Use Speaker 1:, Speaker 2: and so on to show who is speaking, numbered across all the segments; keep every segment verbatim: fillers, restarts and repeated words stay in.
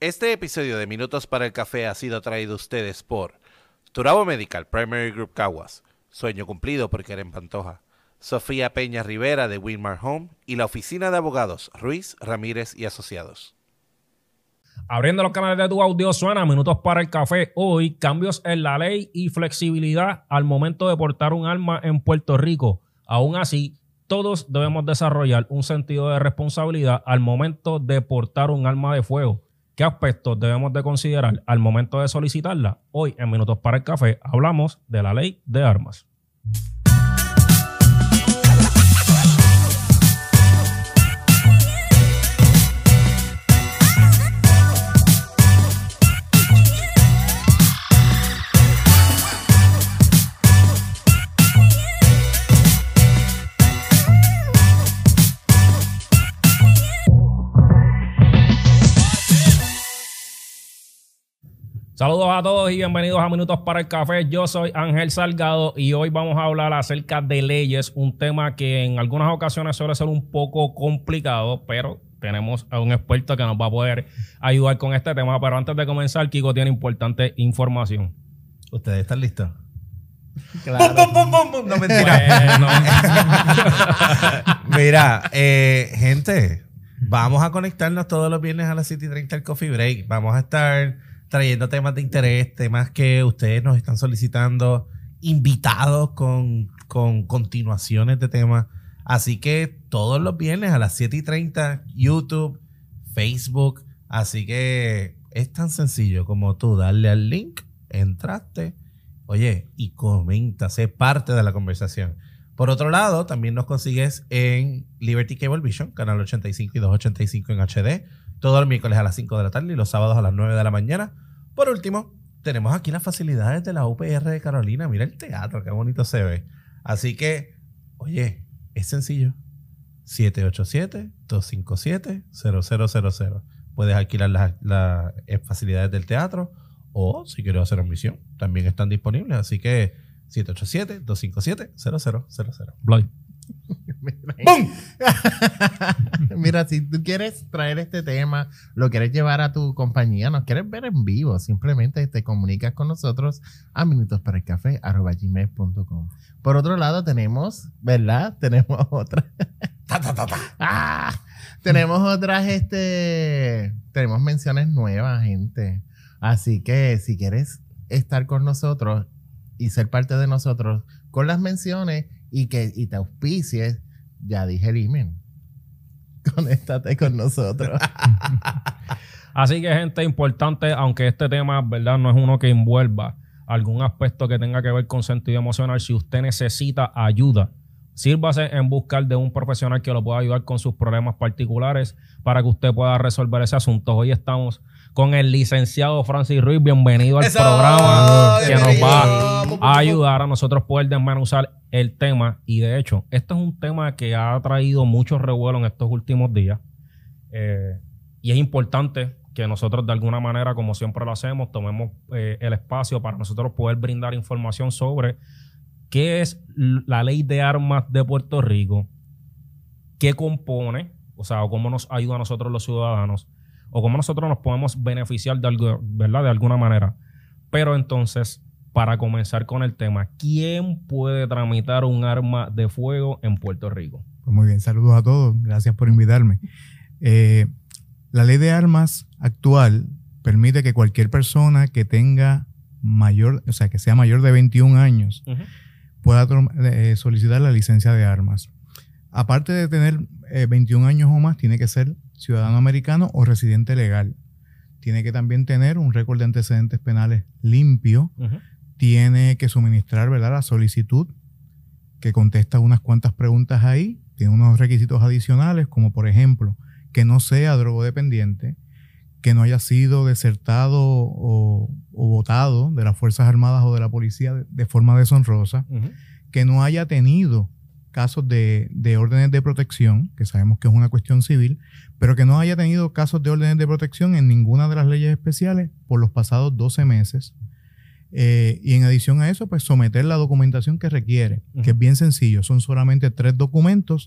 Speaker 1: Este episodio de Minutos para el Café ha sido traído a ustedes por Turabo Medical Primary Group Caguas, Sueño Cumplido por Keren Pantoja, Sofía Peña Rivera de Winmar Home y la Oficina de Abogados Ruiz, Ramírez y Asociados.
Speaker 2: Abriendo los canales de tu audio suena Minutos para el Café. Hoy, cambios en la ley y flexibilidad al momento de portar un arma en Puerto Rico. Aún así, todos debemos desarrollar un sentido de responsabilidad al momento de portar un arma de fuego. ¿Qué aspectos debemos de considerar al momento de solicitarla? Hoy, en Minutos para el Café, hablamos de la ley de armas. Saludos a todos y bienvenidos a Minutos para el Café. Yo soy Ángel Salgado y hoy vamos a hablar acerca de leyes, un tema que en algunas ocasiones suele ser un poco complicado, pero tenemos a un experto que nos va a poder ayudar con este tema. Pero antes de comenzar, Kiko tiene importante información.
Speaker 3: ¿Ustedes están listos?
Speaker 2: Claro.
Speaker 3: ¡Bum, bum, bum, bum! No, mentira.
Speaker 2: Bueno.
Speaker 3: Mira, eh, gente, vamos a conectarnos todos los viernes a las siete y treinta al Coffee Break. Vamos a estar trayendo temas de interés, temas que ustedes nos están solicitando, invitados con, con continuaciones de temas. Así que todos los viernes a las siete y treinta, YouTube, Facebook. Así que es tan sencillo como tú darle al link, entraste, oye, y comenta, sé parte de la conversación. Por otro lado, también nos consigues en Liberty Cable Vision, canal ochenta y cinco y doscientos ochenta y cinco en H D, todos los miércoles a las cinco de la tarde y los sábados a las nueve de la mañana. Por último, tenemos aquí las facilidades de la U P R de Carolina. Mira el teatro, qué bonito se ve. Así que, oye, es sencillo. siete ocho siete, dos cinco siete, cero cero cero cero. Puedes alquilar las, las facilidades del teatro o, si quieres hacer admisión, también están disponibles. Así que siete ocho siete, dos cinco siete, cero cero cero cero.
Speaker 2: Bloy.
Speaker 4: ¡Bum! Mira, si tú quieres traer este tema, lo quieres llevar a tu compañía, nos quieres ver en vivo, simplemente te comunicas con nosotros a minutosparaelcafé arroba gmail punto com. Por otro lado, tenemos, ¿verdad? Tenemos otras. ta, ta, ta, ta. Ah, tenemos otras, este, tenemos menciones nuevas, gente. Así que si quieres estar con nosotros y ser parte de nosotros con las menciones y que y te auspicies, ya dije el email. Conéctate con nosotros.
Speaker 2: Así que, gente, importante, aunque este tema, ¿verdad?, no es uno que envuelva algún aspecto que tenga que ver con sentido emocional, si usted necesita ayuda, sírvase en buscar de un profesional que lo pueda ayudar con sus problemas particulares para que usted pueda resolver ese asunto. Hoy estamos con el licenciado Francis Ruiz. Bienvenido al
Speaker 3: ¡Eso!
Speaker 2: programa que nos va
Speaker 3: Bienvenido.
Speaker 2: a ayudar a nosotros poder desmenuzar el tema. Y de hecho, este es un tema que ha traído mucho revuelo en estos últimos días. Eh, y es importante que nosotros de alguna manera, como siempre lo hacemos, tomemos eh, el espacio para nosotros poder brindar información sobre qué es la ley de armas de Puerto Rico, qué compone, o sea, o cómo nos ayuda a nosotros los ciudadanos, o cómo nosotros nos podemos beneficiar de algo, ¿verdad?, de alguna manera. Pero entonces, para comenzar con el tema, ¿quién puede tramitar un arma de fuego en Puerto Rico?
Speaker 5: Pues muy bien, saludos a todos, gracias por invitarme. Eh, la ley de armas actual permite que cualquier persona que tenga mayor, o sea, que sea mayor de veintiún años, uh-huh, pueda eh, solicitar la licencia de armas. Aparte de tener eh, veintiún años o más, tiene que ser ciudadano americano o residente legal. Tiene que también tener un récord de antecedentes penales limpio. Uh-huh. Tiene que suministrar, ¿verdad?, la solicitud, que contesta unas cuantas preguntas ahí. Tiene unos requisitos adicionales, como por ejemplo, que no sea drogodependiente, que no haya sido desertado o, o votado de las Fuerzas Armadas o de la policía de, de forma deshonrosa, uh-huh, que no haya tenido casos de, de órdenes de protección, que sabemos que es una cuestión civil, pero que no haya tenido casos de órdenes de protección en ninguna de las leyes especiales por los pasados doce meses. Eh, y en adición a eso, pues someter la documentación que requiere, uh-huh, que es bien sencillo. Son solamente tres documentos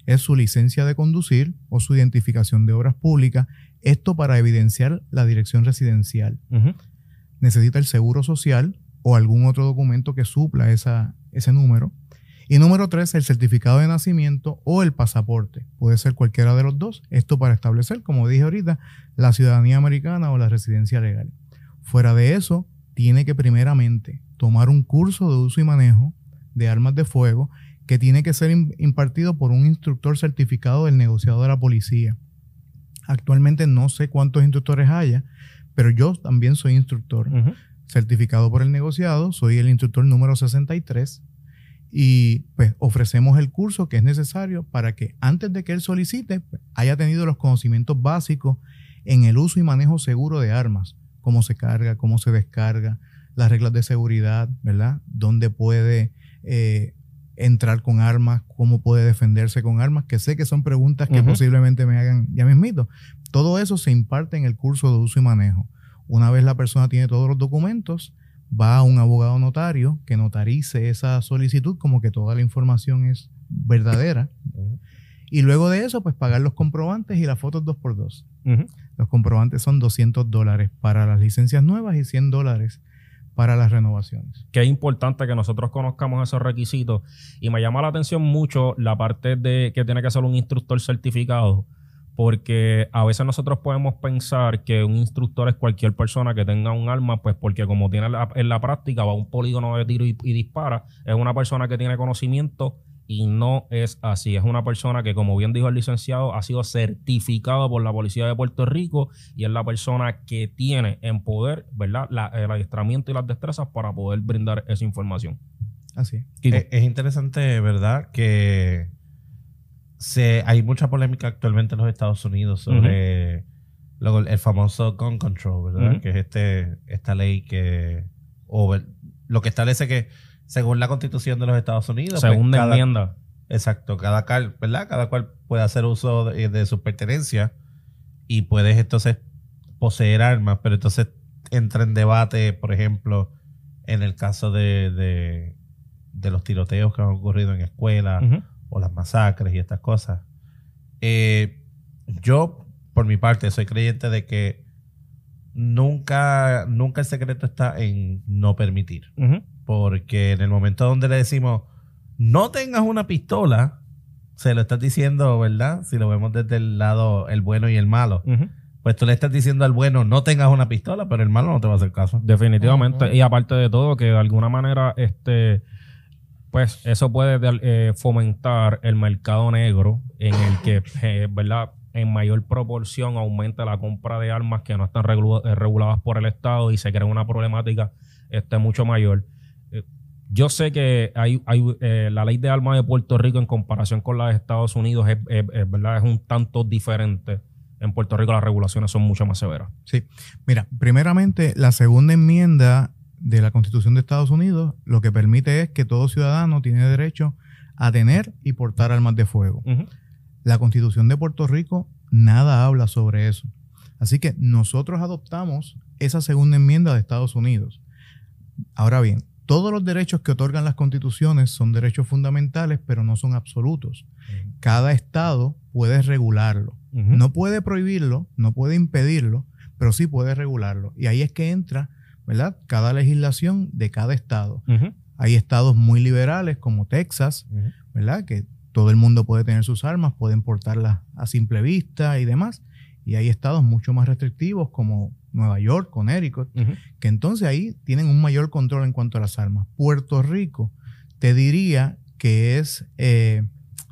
Speaker 5: es su licencia de conducir o su identificación de obras públicas. Esto para evidenciar la dirección residencial.
Speaker 2: Ujú.
Speaker 5: Necesita el seguro social o algún otro documento que supla esa, ese número. Y número tres, el certificado de nacimiento o el pasaporte. Puede ser cualquiera de los dos. Esto para establecer, como dije ahorita, la ciudadanía americana o la residencia legal. Fuera de eso, tiene que primeramente tomar un curso de uso y manejo de armas de fuego que tiene que ser impartido por un instructor certificado del negociado de la policía. Actualmente no sé cuántos instructores haya, pero yo también soy instructor.
Speaker 2: Ujú.
Speaker 5: Certificado por el negociado, soy el instructor número sesenta y tres y pues ofrecemos el curso que es necesario para que antes de que él solicite pues, haya tenido los conocimientos básicos en el uso y manejo seguro de armas, cómo se carga, cómo se descarga, las reglas de seguridad, ¿verdad? Dónde puede eh, entrar con armas, cómo puede defenderse con armas, que sé que son preguntas que
Speaker 2: Ujú.
Speaker 5: posiblemente me hagan ya mismito. Todo eso se imparte en el curso de uso y manejo. Una vez la persona tiene todos los documentos, va a un abogado notario que notarice esa solicitud como que toda la información es verdadera. Y luego de eso, pues pagar los comprobantes y las fotos dos por dos.
Speaker 2: Ujú.
Speaker 5: Los comprobantes son doscientos dólares para las licencias nuevas y cien dólares para las renovaciones.
Speaker 2: Que es importante que nosotros conozcamos esos requisitos. Y me llama la atención mucho la parte de que tiene que ser un instructor certificado, porque a veces nosotros podemos pensar que un instructor es cualquier persona que tenga un arma, pues porque como tiene la, en la práctica va a un polígono de tiro y, y dispara, es una persona que tiene conocimiento y no es así. Es una persona que, como bien dijo el licenciado, ha sido certificado por la Policía de Puerto Rico y es la persona que tiene en poder, ¿verdad?, la, el adiestramiento y las destrezas para poder brindar esa información.
Speaker 5: Así es.
Speaker 2: Kiko.
Speaker 3: Es, es interesante, ¿verdad? Que se, hay mucha polémica actualmente en los Estados Unidos sobre luego el, el famoso gun control, ¿verdad?
Speaker 2: Ujú.
Speaker 3: Que es este esta ley que o el- lo que establece que según la Constitución de los Estados Unidos, pues,
Speaker 2: Segunda
Speaker 3: cada-
Speaker 2: enmienda.
Speaker 3: exacto, cada cual, ¿verdad? Cada cual puede hacer uso de, de sus pertenencias y puedes entonces poseer armas, pero entonces entra en debate, por ejemplo, en el caso de, de, de los tiroteos que han ocurrido en escuelas
Speaker 2: Ujú.
Speaker 3: o las masacres y estas cosas. Eh, yo, por mi parte, soy creyente de que nunca, nunca el secreto está en no permitir.
Speaker 2: Ujú.
Speaker 3: Porque en el momento donde le decimos no tengas una pistola, se lo estás diciendo, ¿verdad? Si lo vemos desde el lado el bueno y el malo.
Speaker 2: Ujú.
Speaker 3: Pues tú le estás diciendo al bueno no tengas una pistola, pero el malo no te va a hacer caso.
Speaker 2: Definitivamente.
Speaker 4: Ujú.
Speaker 2: Y aparte de todo, que de alguna manera, este, pues eso puede eh, fomentar el mercado negro en el que, eh, ¿verdad?, en mayor proporción aumenta la compra de armas que no están regula- eh, reguladas por el Estado y se crea una problemática este, mucho mayor. Eh, yo sé que hay, hay eh, la ley de armas de Puerto Rico en comparación con la de Estados Unidos es, es- es, ¿verdad?, es un tanto diferente. En Puerto Rico las regulaciones son mucho más severas.
Speaker 5: Sí. Mira, primeramente, la segunda enmienda de la Constitución de Estados Unidos lo que permite es que todo ciudadano tiene derecho a tener y portar armas de fuego.
Speaker 2: Ujú.
Speaker 5: La Constitución de Puerto Rico nada habla sobre eso. Así que nosotros adoptamos esa segunda enmienda de Estados Unidos. Ahora bien, todos los derechos que otorgan las constituciones son derechos fundamentales, pero no son absolutos. Cada estado puede regularlo.
Speaker 2: Ujú.
Speaker 5: No puede prohibirlo, no puede impedirlo, pero sí puede regularlo. Y ahí es que entra, ¿verdad?, cada legislación de cada estado.
Speaker 2: Ujú.
Speaker 5: Hay estados muy liberales como Texas, ¿verdad?, que todo el mundo puede tener sus armas, pueden portarlas a simple vista y demás. Y hay estados mucho más restrictivos como Nueva York, Connecticut,
Speaker 2: Ujú.
Speaker 5: que entonces ahí tienen un mayor control en cuanto a las armas. Puerto Rico, te diría que es eh,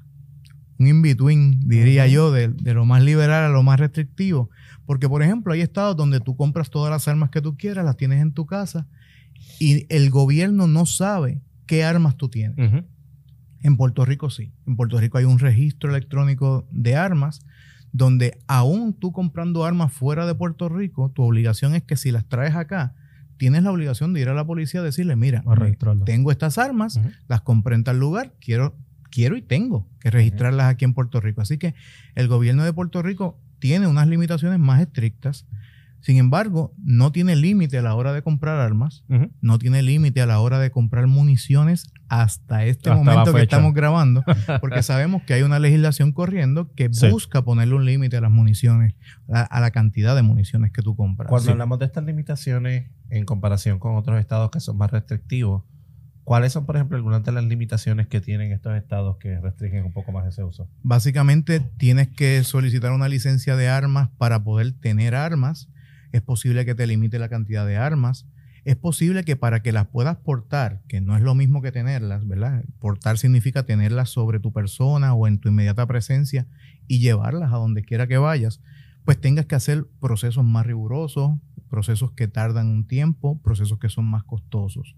Speaker 5: un in-between, diría
Speaker 2: Ujú.
Speaker 5: yo, de, de lo más liberal a lo más restrictivo. Porque, por ejemplo, hay estados donde tú compras todas las armas que tú quieras, las tienes en tu casa y el gobierno no sabe qué armas tú tienes.
Speaker 2: Ujú.
Speaker 5: En Puerto Rico sí. En Puerto Rico hay un registro electrónico de armas donde aún tú comprando armas fuera de Puerto Rico, tu obligación es que si las traes acá, tienes la obligación de ir a la policía a decirle, mira,
Speaker 2: A registrarlo.
Speaker 5: tengo estas armas,
Speaker 2: Ujú.
Speaker 5: las compré en tal lugar, quiero, quiero y tengo que registrarlas aquí en Puerto Rico. Así que el gobierno de Puerto Rico tiene unas limitaciones más estrictas. Sin embargo, no tiene límite a la hora de comprar armas,
Speaker 2: Ujú.
Speaker 5: no tiene límite a la hora de comprar municiones hasta este
Speaker 2: Hasta
Speaker 5: momento
Speaker 2: la
Speaker 5: que
Speaker 2: fecha.
Speaker 5: estamos grabando, porque sabemos que hay una legislación corriendo que
Speaker 2: Sí.
Speaker 5: busca ponerle un límite a las municiones, a, a la cantidad de municiones que tú compras.
Speaker 3: Cuando
Speaker 5: Sí.
Speaker 3: hablamos de estas limitaciones en comparación con otros estados que son más restrictivos, ¿cuáles son, por ejemplo, algunas de las limitaciones que tienen estos estados que restringen un poco más ese uso?
Speaker 5: Básicamente tienes que solicitar una licencia de armas para poder tener armas. Es posible que te limite la cantidad de armas. Es posible que para que las puedas portar, que no es lo mismo que tenerlas, ¿verdad? Portar significa tenerlas sobre tu persona o en tu inmediata presencia y llevarlas a donde quiera que vayas, pues tengas que hacer procesos más rigurosos, procesos que tardan un tiempo, procesos que son más costosos.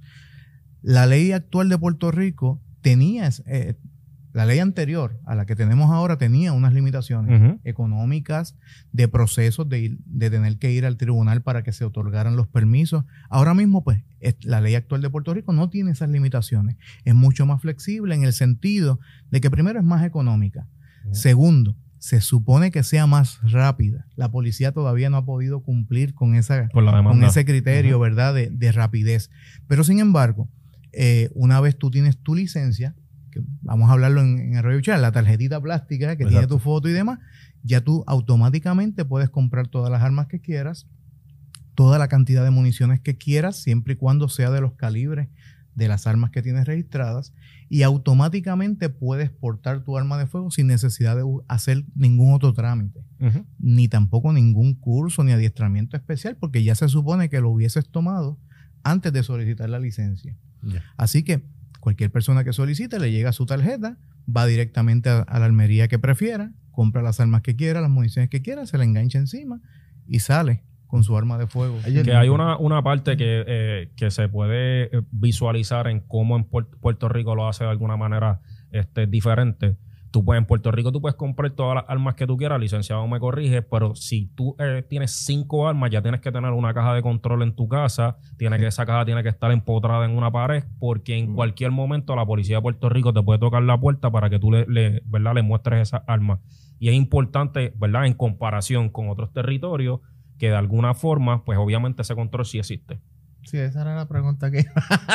Speaker 5: La ley actual de Puerto Rico tenía, eh, la ley anterior a la que tenemos ahora tenía unas limitaciones
Speaker 2: Ujú.
Speaker 5: económicas, de procesos, de, ir- de tener que ir al tribunal para que se otorgaran los permisos. Ahora mismo, pues, es- la ley actual de Puerto Rico no tiene esas limitaciones. Es mucho más flexible en el sentido de que primero es más económica.
Speaker 3: Ujú.
Speaker 5: Segundo, se supone que sea más rápida. La policía todavía no ha podido cumplir con, esa,
Speaker 2: Por la demanda.
Speaker 5: con ese criterio,
Speaker 2: Ujú.
Speaker 5: ¿verdad? De, de rapidez. Pero sin embargo, eh, una vez tú tienes tu licencia, que vamos a hablarlo en, en Arroyo Chat, la tarjetita plástica que tiene
Speaker 3: Exacto.
Speaker 5: tu foto y demás, ya tú automáticamente puedes comprar todas las armas que quieras, toda la cantidad de municiones que quieras, siempre y cuando sea de los calibres de las armas que tienes registradas, y automáticamente puedes portar tu arma de fuego sin necesidad de u- hacer ningún otro trámite,
Speaker 2: Ujú.
Speaker 5: ni tampoco ningún curso ni adiestramiento especial, porque ya se supone que lo hubieses tomado antes de solicitar la licencia.
Speaker 3: Ya.
Speaker 5: Así que cualquier persona que solicite le llega su tarjeta, va directamente a, a la armería que prefiera, compra las armas que quiera, las municiones que quiera, se la engancha encima y sale con su arma de fuego.
Speaker 4: Oye,
Speaker 2: Que hay una, una parte que, eh, que se puede eh, visualizar en cómo en Puer- Puerto Rico lo hace de alguna manera este, diferente. Tú puedes, en Puerto Rico tú puedes comprar todas las armas que tú quieras, licenciado me corrige, pero si tú eh, tienes cinco armas, ya tienes que tener una caja de control en tu casa, tiene que, esa caja tiene que estar empotrada en una pared, porque en cualquier momento la policía de Puerto Rico te puede tocar la puerta para que tú le, le, ¿verdad? le muestres esas armas. Y es importante, ¿verdad? En comparación con otros territorios, que de alguna forma, pues obviamente ese control sí existe.
Speaker 4: Sí, esa era la pregunta que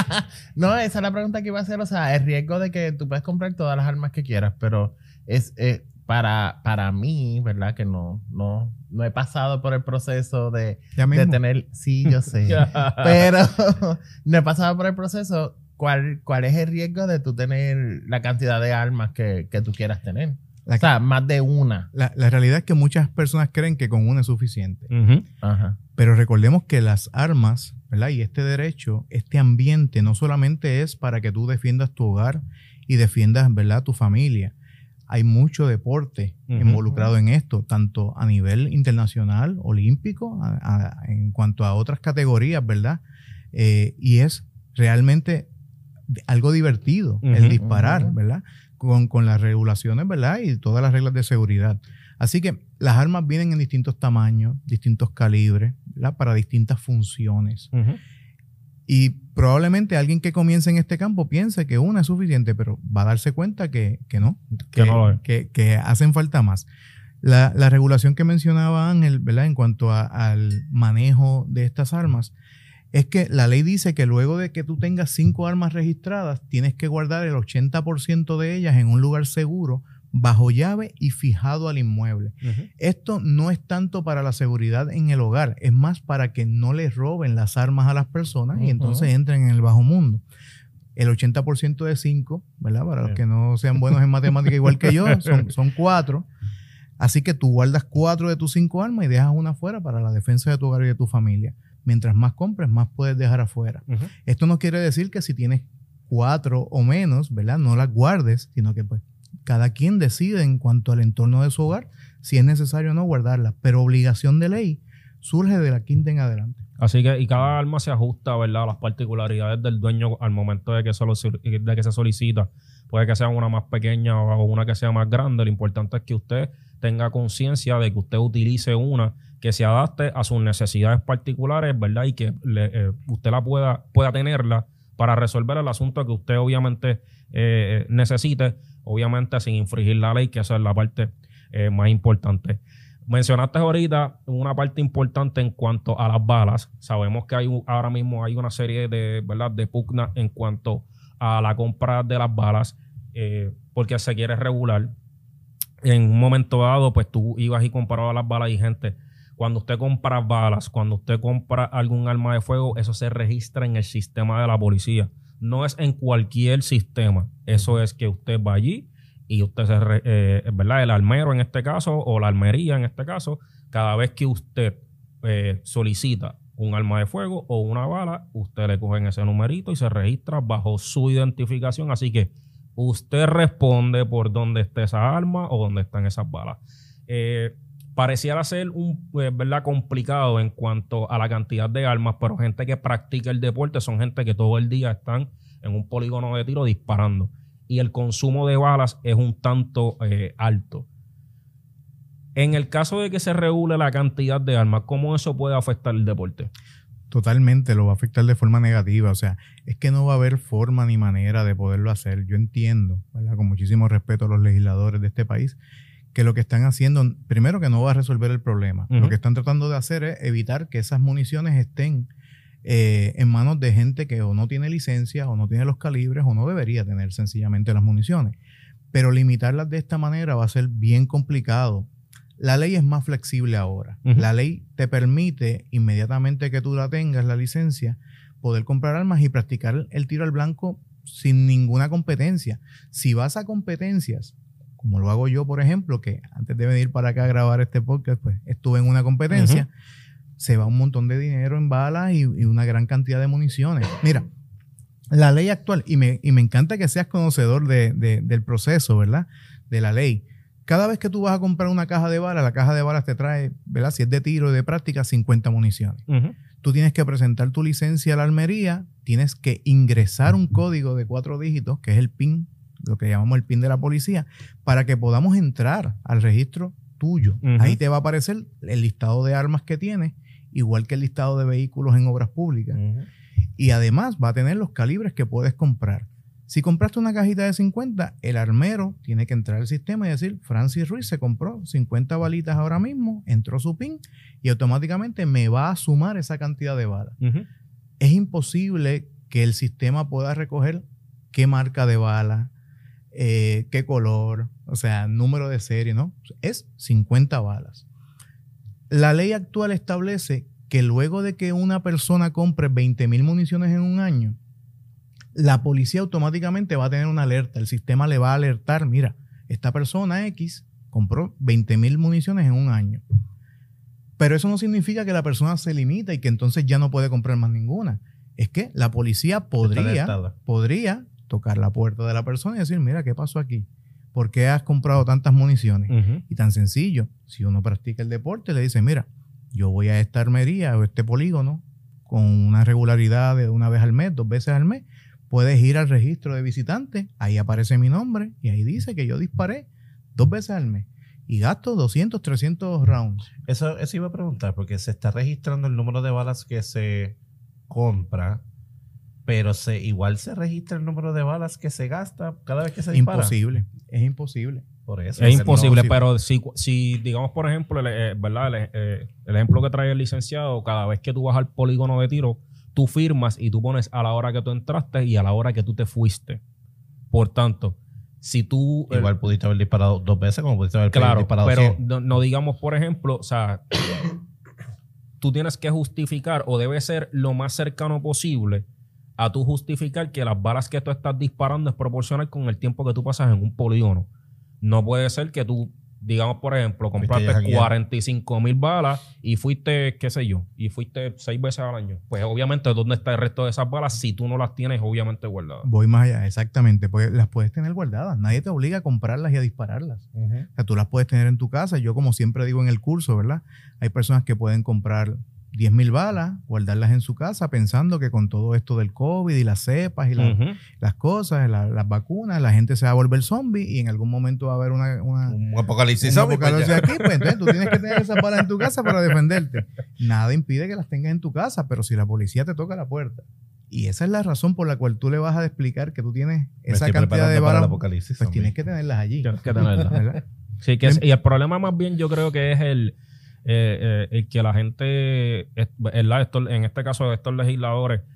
Speaker 4: no, esa es la pregunta que iba a hacer. O sea, el riesgo de que tú puedes comprar todas las armas que quieras, pero es eh, para, para mí, ¿verdad? Que no, no, no he pasado por el proceso de,
Speaker 5: Ya
Speaker 4: de
Speaker 5: mismo.
Speaker 4: tener. Sí, yo sé. Pero no he pasado por el proceso. ¿Cuál, cuál es el riesgo de tú tener la cantidad de armas que, que tú quieras tener?
Speaker 5: La,
Speaker 4: O sea, más de una.
Speaker 5: la- la realidad es que muchas personas creen que con una es suficiente.
Speaker 2: Ujú.
Speaker 4: Ajá.
Speaker 5: Pero recordemos que las armas, ¿verdad? Y este derecho, este ambiente, no solamente es para que tú defiendas tu hogar y defiendas, ¿verdad?, tu familia. Hay mucho deporte
Speaker 2: Ujú.
Speaker 5: involucrado en esto, tanto a nivel internacional, olímpico, a- a- en cuanto a otras categorías, ¿verdad? Eh, y es realmente algo divertido el
Speaker 2: Ujú.
Speaker 5: disparar,
Speaker 4: Ujú.
Speaker 5: ¿verdad? Con, con las regulaciones, ¿verdad? Y todas las reglas de seguridad. Así que las armas vienen en distintos tamaños, distintos calibres, ¿verdad? Para distintas funciones.
Speaker 2: Ujú.
Speaker 5: Y probablemente alguien que comience en este campo piense que una es suficiente, pero va a darse cuenta que, que no,
Speaker 2: Que no lo es.
Speaker 5: que, que hacen falta más. La, la regulación que mencionaba Ángel, ¿verdad? En cuanto a- al manejo de estas armas, es que la ley dice que luego de que tú tengas cinco armas registradas, tienes que guardar el ochenta por ciento de ellas en un lugar seguro, bajo llave y fijado al inmueble.
Speaker 2: Ujú.
Speaker 5: Esto no es tanto para la seguridad en el hogar, es más para que no les roben las armas a las personas y
Speaker 4: Ujú.
Speaker 5: entonces entren en el bajo mundo. El ochenta por ciento de cinco, ¿verdad? Para los
Speaker 3: Bien.
Speaker 5: que no sean buenos en matemática igual que yo, son, son cuatro. Así que tú guardas cuatro de tus cinco armas y dejas una afuera para la defensa de tu hogar y de tu familia. Mientras más compres, más puedes dejar afuera.
Speaker 2: Ujú.
Speaker 5: Esto no quiere decir que si tienes cuatro o menos, ¿verdad? No las guardes, sino que pues cada quien decide en cuanto al entorno de su hogar si es necesario o no guardarlas. Pero obligación de ley surge de la quinta en adelante.
Speaker 2: Así que, y cada arma se ajusta, ¿verdad?, a las particularidades del dueño al momento de que, se lo, de que se solicita. Puede que sea una más pequeña o una que sea más grande. Lo importante es que usted tenga conciencia de que usted utilice una que se adapte a sus necesidades particulares, ¿verdad? Y que le, eh, usted la pueda, pueda tenerla para resolver el asunto que usted obviamente eh, necesite, obviamente sin infringir la ley, que esa es la parte eh, más importante. Mencionaste ahorita una parte importante en cuanto a las balas. Sabemos que hay un- ahora mismo hay una serie de, ¿verdad?, de pugnas en cuanto a la compra de las balas eh, porque se quiere regular. En un momento dado, pues tú ibas y comprabas las balas y gente, cuando usted compra balas, cuando usted compra algún arma de fuego, eso se registra en el sistema de la policía. No es en cualquier sistema. Eso es que usted va allí y usted se, re, eh, ¿verdad? El armero en este caso o la armería en este caso, cada vez que usted eh, solicita un arma de fuego o una bala, usted le cogen ese numerito y se registra bajo su identificación. Así que usted responde por dónde esté esa arma o dónde están esas balas. Eh, pareciera ser un, pues, ¿verdad? complicado en cuanto a la cantidad de armas, pero gente que practica el deporte son gente que todo el día están en un polígono de tiro disparando. Y el consumo de balas es un tanto eh, alto. En el caso de que se regule la cantidad de armas, ¿cómo eso puede afectar el deporte?
Speaker 5: Totalmente, lo va a afectar de forma negativa. O sea, es que no va a haber forma ni manera de poderlo hacer. Yo entiendo, ¿verdad? Con muchísimo respeto a los legisladores de este país, que lo que están haciendo, primero que no va a resolver el problema. Uh-huh. Lo que están tratando de hacer es evitar que esas municiones estén eh, en manos de gente que o no tiene licencia, o no tiene los calibres, o no debería tener sencillamente las municiones. Pero limitarlas de esta manera va a ser bien complicado. La ley es más flexible ahora. Uh-huh. La ley te permite, inmediatamente que tú la tengas, la licencia, poder comprar armas y practicar el tiro al blanco sin ninguna competencia. Si vas a competencias, como lo hago yo, por ejemplo, que antes de venir para acá a grabar este podcast, pues estuve en una competencia, uh-huh. se va un montón de dinero en balas y, y una gran cantidad de municiones. Mira, la ley actual, y me, y me encanta que seas conocedor de, de, del proceso, ¿verdad? De la ley. Cada vez que tú vas a comprar una caja de balas, la caja de balas te trae, ¿verdad? Si es de tiro y de práctica, cincuenta municiones. Uh-huh. Tú tienes que presentar tu licencia a la armería, tienes que ingresar un código de cuatro dígitos, que es el P I N, lo que llamamos el P I N de la policía, para que podamos entrar al registro tuyo. Uh-huh. Ahí te va a aparecer el listado de armas que tienes, igual que el listado de vehículos en obras públicas. Uh-huh. Y además va a tener los calibres que puedes comprar. Si compraste una cajita de cincuenta, el armero tiene que entrar al sistema y decir, Francis Ruiz se compró cincuenta balitas ahora mismo, entró su P I N y automáticamente me va a sumar esa cantidad de balas. Uh-huh. Es imposible que el sistema pueda recoger qué marca de bala, eh, qué color, o sea, número de serie, ¿no? Es cincuenta balas. La ley actual establece que luego de que una persona compre veinte mil municiones en un año, la policía automáticamente va a tener una alerta. El sistema le va a alertar, mira, esta persona X compró veinte mil municiones en un año. Pero eso no significa que la persona se limita y que entonces ya no puede comprar más ninguna. Es que la policía podría, podría tocar la puerta de la persona y decir, mira, ¿qué pasó aquí? ¿Por qué has comprado tantas municiones? Uh-huh. Y tan sencillo, si uno practica el deporte, le dice, mira, yo voy a esta armería o este polígono con una regularidad de una vez al mes, dos veces al mes, puedes ir al registro de visitantes, ahí aparece mi nombre y ahí dice que yo disparé dos veces al mes y gasto doscientos, trescientos rounds.
Speaker 3: Eso, eso iba a preguntar, porque se está registrando el número de balas que se compra, pero se, igual se registra el número de balas que se gasta cada vez que se dispara.
Speaker 5: Imposible, es imposible.
Speaker 3: Por eso.
Speaker 2: Es imposible, no, pero si, si digamos, por ejemplo, el, eh, ¿verdad? El, eh, el ejemplo que trae el licenciado, cada vez que tú vas al polígono de tiro, tú firmas y tú pones a la hora que tú entraste y a la hora que tú te fuiste. Por tanto, si tú...
Speaker 3: Igual eh, pudiste haber disparado dos veces como pudiste haber
Speaker 2: claro,
Speaker 3: disparado
Speaker 2: pero
Speaker 3: cien.
Speaker 2: No, no digamos, por ejemplo, o sea, tú tienes que justificar o debe ser lo más cercano posible a tú justificar que las balas que tú estás disparando es proporcional con el tiempo que tú pasas en un polígono. No puede ser que tú, digamos, por ejemplo, compraste cuarenta y cinco mil balas y fuiste, qué sé yo, y fuiste seis veces al año. Pues obviamente, ¿dónde está el resto de esas balas si tú no las tienes obviamente guardadas?
Speaker 5: Voy más allá, exactamente. Pues las puedes tener guardadas. Nadie te obliga a comprarlas y a dispararlas. Uh-huh. O sea, tú las puedes tener en tu casa. Yo, como siempre digo en el curso, ¿verdad? Hay personas que pueden comprar diez mil balas, guardarlas en su casa pensando que con todo esto del COVID y las cepas y la, uh-huh. las cosas, la, las vacunas, la gente se va a volver zombie y en algún momento va a haber una, una,
Speaker 3: un apocalipsis
Speaker 5: un
Speaker 3: zombie
Speaker 5: apocalipsis aquí, pues entonces tú tienes que tener esas balas en tu casa para defenderte. Nada impide que las tengas en tu casa, pero si la policía te toca la puerta, y esa es la razón por la cual tú le vas a explicar que tú tienes esa cantidad de balas, pues zombie. Tienes que tenerlas allí.
Speaker 2: Tienes que tenerlas, ¿verdad? Sí, que es, y el problema más bien yo creo que es el Eh, eh, el que la gente, ¿verdad? Esto, en este caso estos legisladores,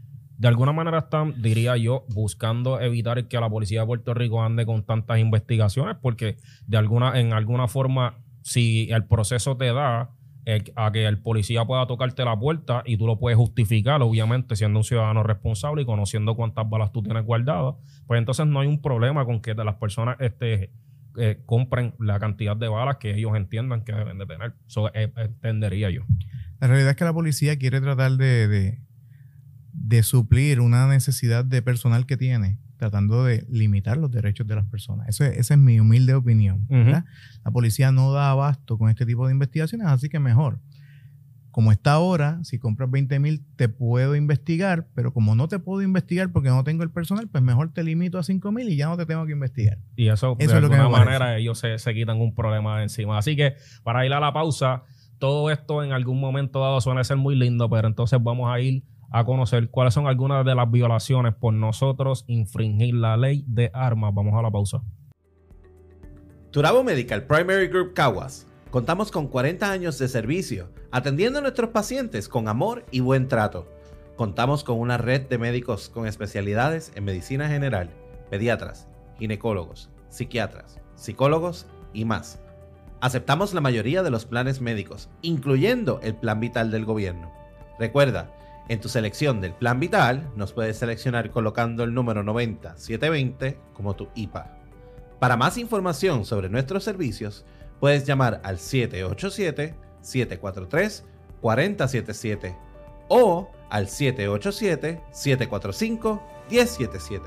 Speaker 2: de alguna manera están, diría yo, buscando evitar que la policía de Puerto Rico ande con tantas investigaciones, porque de alguna, en alguna forma, si el proceso te da eh, a que el policía pueda tocarte la puerta y tú lo puedes justificar, obviamente, siendo un ciudadano responsable y conociendo cuántas balas tú tienes guardadas, pues entonces no hay un problema con que las personas este, eh, compren la cantidad de balas que ellos entiendan que deben de tener. Eso eh, entendería yo.
Speaker 5: La realidad es que la policía quiere tratar de, de, de suplir una necesidad de personal que tiene, tratando de limitar los derechos de las personas. Eso es, esa es mi humilde opinión. ¿Verdad? Uh-huh. La policía no da abasto con este tipo de investigaciones, así que mejor. Como está ahora, si compras veinte mil, te puedo investigar, pero como no te puedo investigar porque no tengo el personal, pues mejor te limito a cinco mil y ya no te tengo que investigar.
Speaker 2: Y eso,
Speaker 5: eso
Speaker 2: de
Speaker 5: es lo que
Speaker 2: alguna
Speaker 5: me
Speaker 2: manera,
Speaker 5: parece.
Speaker 2: ellos se, se quitan un problema de encima. Así que, para ir a la pausa, todo esto en algún momento dado suele ser muy lindo, pero entonces vamos a ir a conocer cuáles son algunas de las violaciones por nosotros infringir la ley de armas. Vamos a la pausa.
Speaker 1: Turabo Medical Primary Group Caguas. Contamos con cuarenta años de servicio, atendiendo a nuestros pacientes con amor y buen trato. Contamos con una red de médicos con especialidades en medicina general, pediatras, ginecólogos, psiquiatras, psicólogos y más. Aceptamos la mayoría de los planes médicos, incluyendo el Plan Vital del gobierno. Recuerda, en tu selección del Plan Vital, nos puedes seleccionar colocando el número noventa setecientos veinte como tu I P A. Para más información sobre nuestros servicios, puedes llamar al siete ocho siete, siete cuatro tres, cuatro cero siete siete o al siete ocho siete, siete cuatro cinco, uno cero siete siete.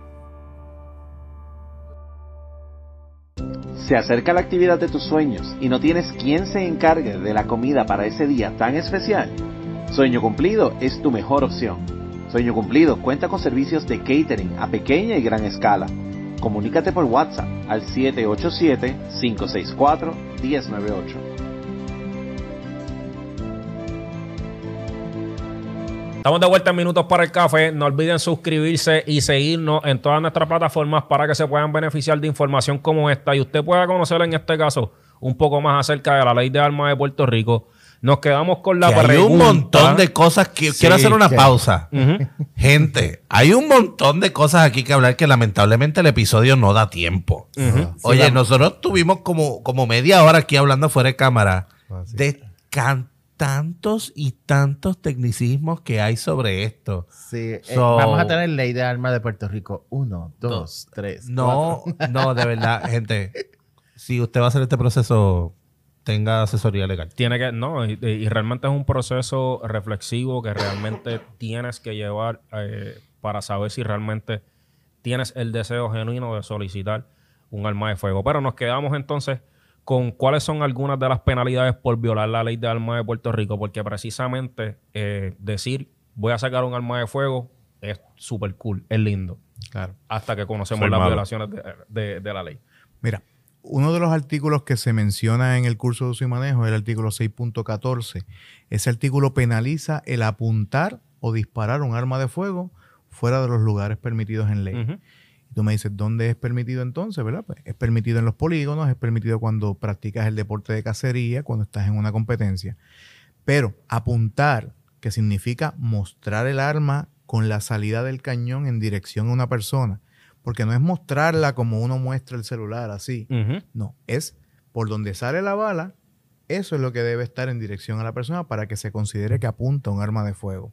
Speaker 6: Se acerca la actividad de tus sueños y no tienes quien se encargue de la comida para ese día tan especial. Sueño Cumplido es tu mejor opción. Sueño Cumplido cuenta con servicios de catering a pequeña y gran escala. Comunícate por WhatsApp al siete ocho siete, cinco seis cuatro, uno cero nueve ocho.
Speaker 2: Estamos de vuelta en Minutos para el Café. No olviden suscribirse y seguirnos en todas nuestras plataformas para que se puedan beneficiar de información como esta y usted pueda conocer en este caso un poco más acerca de la ley de armas de Puerto Rico. Nos quedamos con la
Speaker 1: que
Speaker 2: pregunta.
Speaker 1: Hay un montón de cosas que...
Speaker 3: Sí,
Speaker 1: quiero hacer una
Speaker 3: que...
Speaker 1: pausa.
Speaker 2: Uh-huh.
Speaker 1: Gente, hay un montón de cosas aquí que hablar que lamentablemente el episodio no da tiempo.
Speaker 2: Uh-huh.
Speaker 1: Oye,
Speaker 3: sí, la...
Speaker 1: nosotros tuvimos como, como media hora aquí hablando fuera de cámara oh, sí. de can tantos y tantos tecnicismos que hay sobre esto.
Speaker 4: Sí,
Speaker 1: so,
Speaker 4: eh, vamos a tener ley de armas de Puerto Rico. Uno, dos,
Speaker 1: no,
Speaker 4: tres,
Speaker 1: No,
Speaker 4: cuatro.
Speaker 1: no, de verdad, gente. Si usted va a hacer este proceso... tenga asesoría legal.
Speaker 2: Tiene que, no, y, y realmente es un proceso reflexivo que realmente tienes que llevar eh, para saber si realmente tienes el deseo genuino de solicitar un arma de fuego. Pero nos quedamos entonces con cuáles son algunas de las penalidades por violar la ley de armas de Puerto Rico, porque precisamente eh, decir voy a sacar un arma de fuego es súper cool, es lindo.
Speaker 5: Claro.
Speaker 2: Hasta que conocemos
Speaker 1: Soy
Speaker 2: las
Speaker 1: malo.
Speaker 2: violaciones de, de, de la ley.
Speaker 5: Mira, uno de los artículos que se menciona en el curso de uso y manejo es el artículo seis punto catorce. Ese artículo penaliza el apuntar o disparar un arma de fuego fuera de los lugares permitidos en ley.
Speaker 2: Uh-huh.
Speaker 5: Y tú me dices, ¿dónde es permitido entonces? ¿Verdad? Pues es permitido en los polígonos, es permitido cuando practicas el deporte de cacería, cuando estás en una competencia. Pero apuntar, que significa mostrar el arma con la salida del cañón en dirección a una persona, porque no es mostrarla como uno muestra el celular, así.
Speaker 2: Uh-huh.
Speaker 5: No, es por donde sale la bala, eso es lo que debe estar en dirección a la persona para que se considere que apunta un arma de fuego.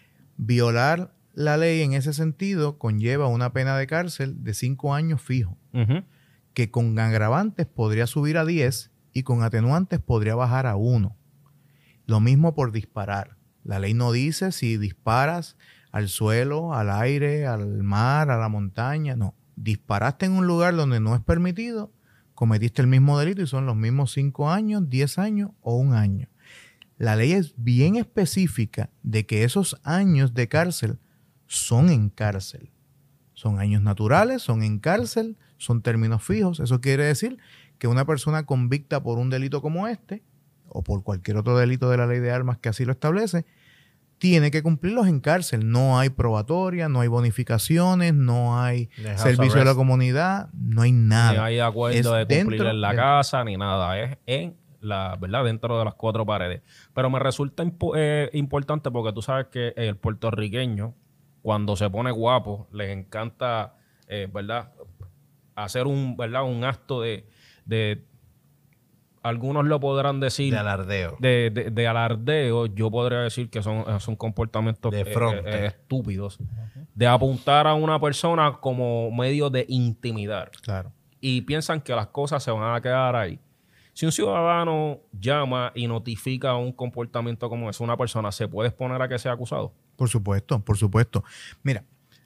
Speaker 5: Violar la ley en ese sentido conlleva una pena de cárcel de cinco años fijo,
Speaker 2: Uh-huh.
Speaker 5: que con agravantes podría subir a diez y con atenuantes podría bajar a uno. Lo mismo por disparar. La ley no dice si disparas al suelo, al aire, al mar, a la montaña. No. Disparaste en un lugar donde no es permitido, cometiste el mismo delito y son los mismos cinco años, diez años o un año. La ley es bien específica de que esos años de cárcel son en cárcel. Son años naturales, son en cárcel, son términos fijos. Eso quiere decir que una persona convicta por un delito como este, o por cualquier otro delito de la ley de armas que así lo establece, tiene que cumplirlos en cárcel. No hay probatoria, no hay bonificaciones, no hay servicio a la comunidad, no hay nada.
Speaker 2: Ni hay acuerdo
Speaker 5: Es
Speaker 2: de cumplir
Speaker 5: dentro
Speaker 2: en la
Speaker 5: de-
Speaker 2: casa, ni nada. Es en la verdad dentro de las cuatro paredes. Pero me resulta impo- eh, importante porque tú sabes que el puertorriqueño cuando se pone guapo, les encanta, eh, ¿verdad? Hacer un, ¿verdad? Un acto de, de, algunos lo podrán decir,
Speaker 3: De alardeo.
Speaker 2: de, de, de alardeo. Yo podría decir que son, son comportamientos
Speaker 3: De
Speaker 2: eh,
Speaker 3: fronte.
Speaker 2: eh, estúpidos. De apuntar a una persona como medio de intimidar.
Speaker 5: Claro.
Speaker 2: Y piensan que las cosas se van a quedar ahí. Si un ciudadano llama y notifica un comportamiento como ese, una persona, ¿se puede exponer a que sea acusado?
Speaker 5: Por supuesto, por supuesto. Mira,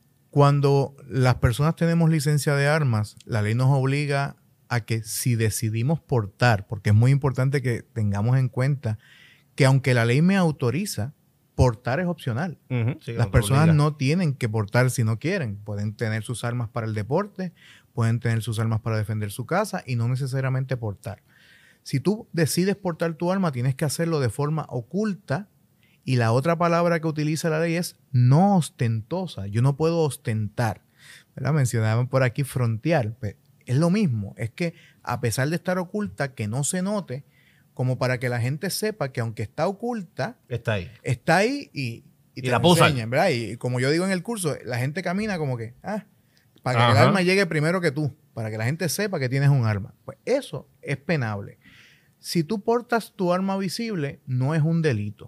Speaker 5: cuando las personas tenemos licencia de armas, la ley nos obliga a que si decidimos portar, porque es muy importante que tengamos en cuenta que aunque la ley me autoriza, portar es opcional.
Speaker 2: Uh-huh.
Speaker 3: Sí,
Speaker 5: Las
Speaker 3: no te
Speaker 5: personas
Speaker 3: obliga.
Speaker 5: no tienen que portar si no quieren. Pueden tener sus armas para el deporte, pueden tener sus armas para defender su casa y no necesariamente portar. Si tú decides portar tu arma, tienes que hacerlo de forma oculta. Y la otra palabra que utiliza la ley es no ostentosa. Yo no puedo ostentar. ¿Verdad? Mencionaban por aquí frontear. Pues es lo mismo. Es que a pesar de estar oculta, que no se note, como para que la gente sepa que aunque está oculta,
Speaker 3: Está ahí.
Speaker 5: está ahí y, y
Speaker 3: Y
Speaker 5: te
Speaker 3: la
Speaker 5: la
Speaker 3: pusan.
Speaker 5: enseñan, ¿verdad? Y como yo digo en el curso, la gente camina como que, ah, para que
Speaker 2: Ajá.
Speaker 5: el arma llegue primero que tú, para que la gente sepa que tienes un arma. Pues eso es penable. Si tú portas tu arma visible, no es un delito.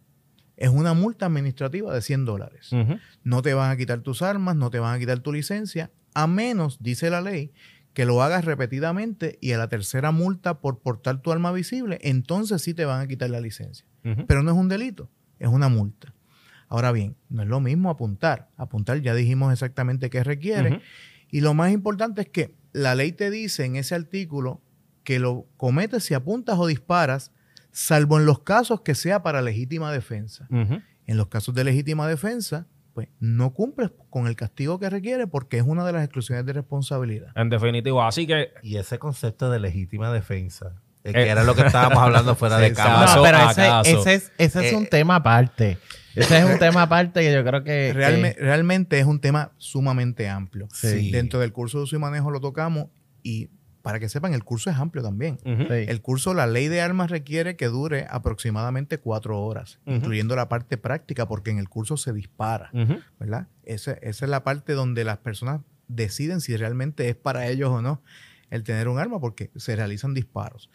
Speaker 5: Es una multa administrativa de cien dólares.
Speaker 2: Uh-huh.
Speaker 5: No te van a quitar tus armas, no te van a quitar tu licencia, a menos, dice la ley, que lo hagas repetidamente y a la tercera multa por portar tu arma visible, entonces sí te van a quitar la licencia.
Speaker 2: Uh-huh.
Speaker 5: Pero no es un delito, es una multa. Ahora bien, no es lo mismo apuntar. Apuntar ya dijimos exactamente qué requiere.
Speaker 2: Uh-huh.
Speaker 5: Y lo más importante es que la ley te dice en ese artículo que lo cometes si apuntas o disparas, salvo en los casos que sea para legítima defensa.
Speaker 2: Uh-huh.
Speaker 5: En los casos de legítima defensa, pues no cumples con el castigo que requiere porque es una de las exclusiones de responsabilidad.
Speaker 2: En definitiva, así que
Speaker 3: Y ese concepto de legítima defensa, eh,
Speaker 2: Eh.
Speaker 3: que era lo que estábamos hablando fuera de
Speaker 2: Sí,
Speaker 3: cámara.
Speaker 2: ¿Acaso,
Speaker 4: No, pero ese,
Speaker 2: acaso?
Speaker 4: ese es, ese es
Speaker 3: Eh,
Speaker 4: un tema aparte. Ese es un tema aparte que yo creo que...
Speaker 5: Realme-
Speaker 4: que-
Speaker 5: realmente es un tema sumamente amplio.
Speaker 3: Sí.
Speaker 5: Dentro del curso de uso y manejo lo tocamos y para que sepan, el curso es amplio también.
Speaker 2: uh-huh.
Speaker 4: sí.
Speaker 5: El curso, la ley de armas requiere que dure aproximadamente cuatro horas,
Speaker 2: Ujú.
Speaker 5: incluyendo la parte práctica, porque en el curso se dispara,
Speaker 2: Uh-huh.
Speaker 5: ¿verdad? Esa, esa es la parte donde las personas deciden si realmente es para ellos o no el tener un arma, porque se realizan disparos.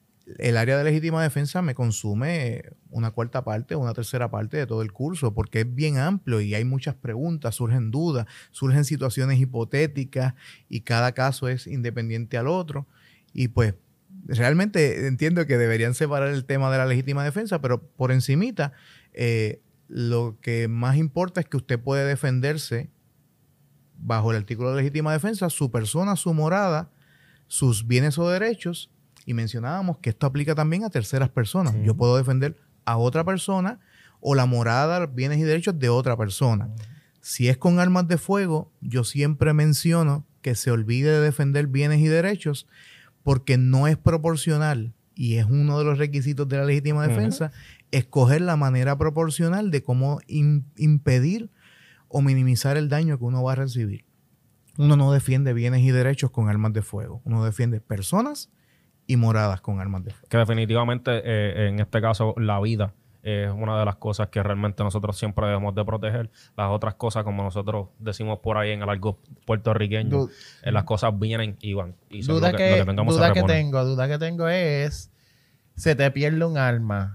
Speaker 5: El área de legítima defensa me consume una cuarta parte o una tercera parte de todo el curso, porque es bien amplio y hay muchas preguntas, surgen dudas, surgen situaciones hipotéticas y cada caso es independiente al otro. Y pues realmente entiendo que deberían separar el tema de la legítima defensa, pero por encimita, eh, lo que más importa es que usted puede defenderse bajo el artículo de legítima defensa, su persona, su morada, sus bienes o derechos. Y mencionábamos que esto aplica también a terceras personas.
Speaker 2: Sí.
Speaker 5: Yo puedo defender a otra persona o la morada, los bienes y derechos de otra persona. Si es con armas de fuego, yo siempre menciono que se olvide de defender bienes y derechos porque no es proporcional y es uno de los requisitos de la legítima defensa, escoger la manera proporcional de cómo im- impedir o minimizar el daño que uno va a recibir. Uno no defiende bienes y derechos con armas de fuego. Uno defiende personas y moradas con armas de fuego.
Speaker 2: Que definitivamente eh, en este caso la vida es una de las cosas que realmente nosotros siempre debemos de proteger. Las otras cosas, como nosotros decimos por ahí en el argot puertorriqueño,
Speaker 4: Du-
Speaker 2: eh, las cosas vienen y van. Y son
Speaker 4: duda
Speaker 2: lo
Speaker 4: que,
Speaker 2: lo que tengamos
Speaker 4: duda
Speaker 2: se
Speaker 4: que
Speaker 2: repone.
Speaker 4: tengo, duda que tengo es, se te pierde un arma.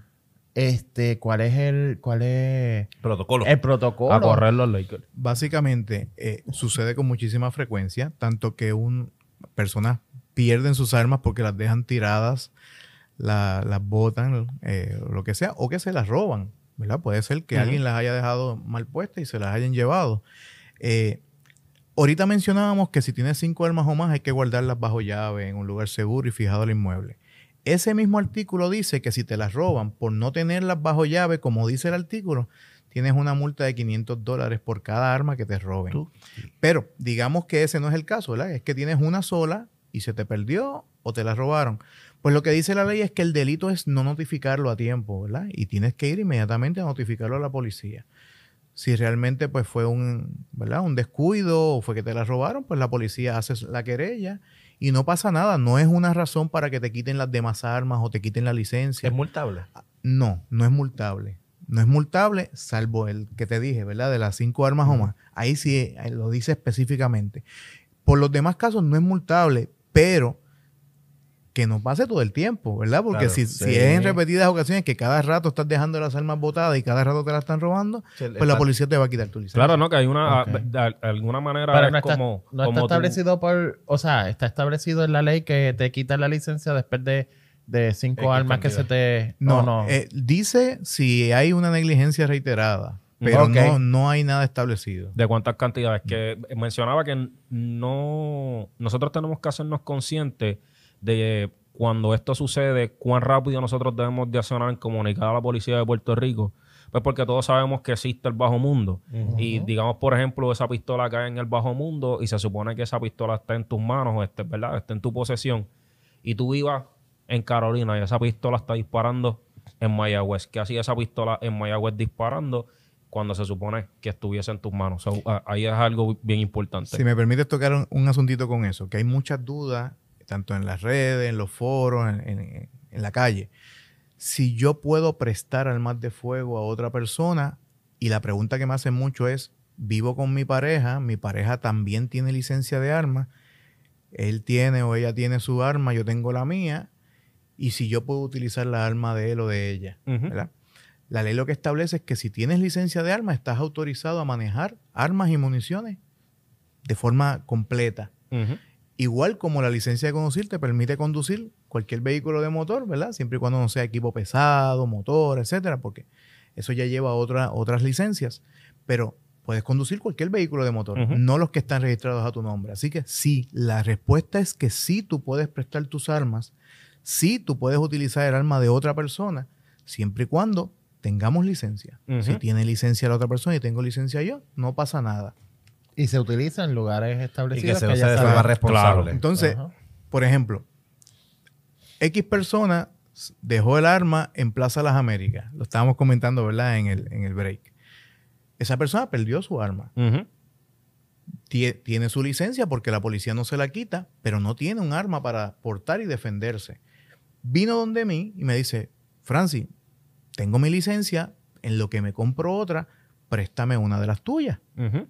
Speaker 4: Este, ¿cuál es el, cuál es
Speaker 3: Protocolo.
Speaker 4: el protocolo?
Speaker 2: A correr los Lakers.
Speaker 5: Básicamente, eh, sucede con muchísima frecuencia, tanto que un, personas pierden sus armas porque las dejan tiradas, la- las botan, eh, lo que sea, o que se las roban, ¿verdad? Puede ser que
Speaker 2: Ujú.
Speaker 5: alguien las haya dejado mal puestas y se las hayan llevado. Eh, ahorita mencionábamos que si tienes cinco armas o más hay que guardarlas bajo llave en un lugar seguro y fijado al inmueble. Ese mismo artículo dice que si te las roban por no tenerlas bajo llave, como dice el artículo, tienes una multa de quinientos dólares por cada arma que te roben.
Speaker 3: Tú.
Speaker 5: Pero digamos que ese no es el caso, ¿verdad? Es que tienes una sola y se te perdió o te la robaron. Pues lo que dice la ley es que el delito es no notificarlo a tiempo, ¿verdad? Y tienes que ir inmediatamente a notificarlo a la policía. Si realmente pues fue un, ¿verdad? un descuido o fue que te la robaron, pues la policía hace la querella y no pasa nada. No es una razón para que te quiten las demás armas o te quiten la licencia.
Speaker 3: Es multable.
Speaker 5: No, no es multable. no es multable, salvo el que te dije, ¿verdad? De las cinco armas uh-huh. o más. Ahí sí ahí lo dice específicamente. Por los demás casos no es multable, pero que no pase todo el tiempo, ¿verdad? Porque claro, si, sí. si es en repetidas ocasiones que cada rato estás dejando las armas botadas y cada rato te las están robando, sí, pues la policía te va a quitar tu licencia.
Speaker 2: Claro, no, que hay una, okay. de, de alguna manera
Speaker 4: pero
Speaker 2: es
Speaker 4: no está,
Speaker 2: como...
Speaker 4: no
Speaker 2: como
Speaker 4: está establecido tú... por, o sea, está establecido en la ley que te quitan la licencia después de, de cinco armas que se te...
Speaker 5: No, no. no. Eh, dice si hay una negligencia reiterada. Pero okay. no, no hay nada establecido.
Speaker 2: ¿De cuántas cantidades? Que mencionaba que no... Nosotros tenemos que hacernos conscientes de cuando esto sucede, cuán rápido nosotros debemos de accionar en comunicar a la policía de Puerto Rico. Pues porque todos sabemos que existe el bajo mundo. Uh-huh. Y digamos, por ejemplo, esa pistola cae en el bajo mundo y se supone que esa pistola está en tus manos, o esté, ¿verdad? Está en tu posesión. Y tú ibas en Carolina y esa pistola está disparando en Mayagüez. ¿Qué hacía esa pistola en Mayagüez disparando cuando se supone que estuviese en tus manos? So, uh, ahí es algo bien importante.
Speaker 5: Si me permites tocar un, un asuntito con eso, que hay muchas dudas, tanto en las redes, en los foros, en, en, en la calle. Si yo puedo prestar armas de fuego a otra persona, y la pregunta que me hacen mucho es, vivo con mi pareja, mi pareja también tiene licencia de armas, él tiene o ella tiene su arma, yo tengo la mía, y si yo puedo utilizar la arma de él o de ella, uh-huh. ¿verdad? La ley lo que establece es que si tienes licencia de armas, estás autorizado a manejar armas y municiones de forma completa. Uh-huh. Igual como la licencia de conducir te permite conducir cualquier vehículo de motor, ¿verdad? Siempre y cuando no sea equipo pesado, motor, etcétera, porque eso ya lleva otra, otras licencias. Pero puedes conducir cualquier vehículo de motor, uh-huh. no los que están registrados a tu nombre. Así que sí, la respuesta es que sí tú puedes prestar tus armas, sí tú puedes utilizar el arma de otra persona, siempre y cuando tengamos licencia. Uh-huh. Si tiene licencia la otra persona y tengo licencia yo, no pasa nada.
Speaker 4: Y se utiliza en lugares establecidos.
Speaker 3: Y que se use de forma responsable.
Speaker 5: Claro. Entonces, uh-huh. por ejemplo, X persona dejó el arma en Plaza Las Américas. Lo estábamos comentando, ¿verdad? En el, en el break. Esa persona perdió su arma. Uh-huh. Tie, tiene su licencia porque la policía no se la quita, pero no tiene un arma para portar y defenderse. Vino donde mí y me dice, Francis, tengo mi licencia, en lo que me compro otra, préstame una de las tuyas. Uh-huh.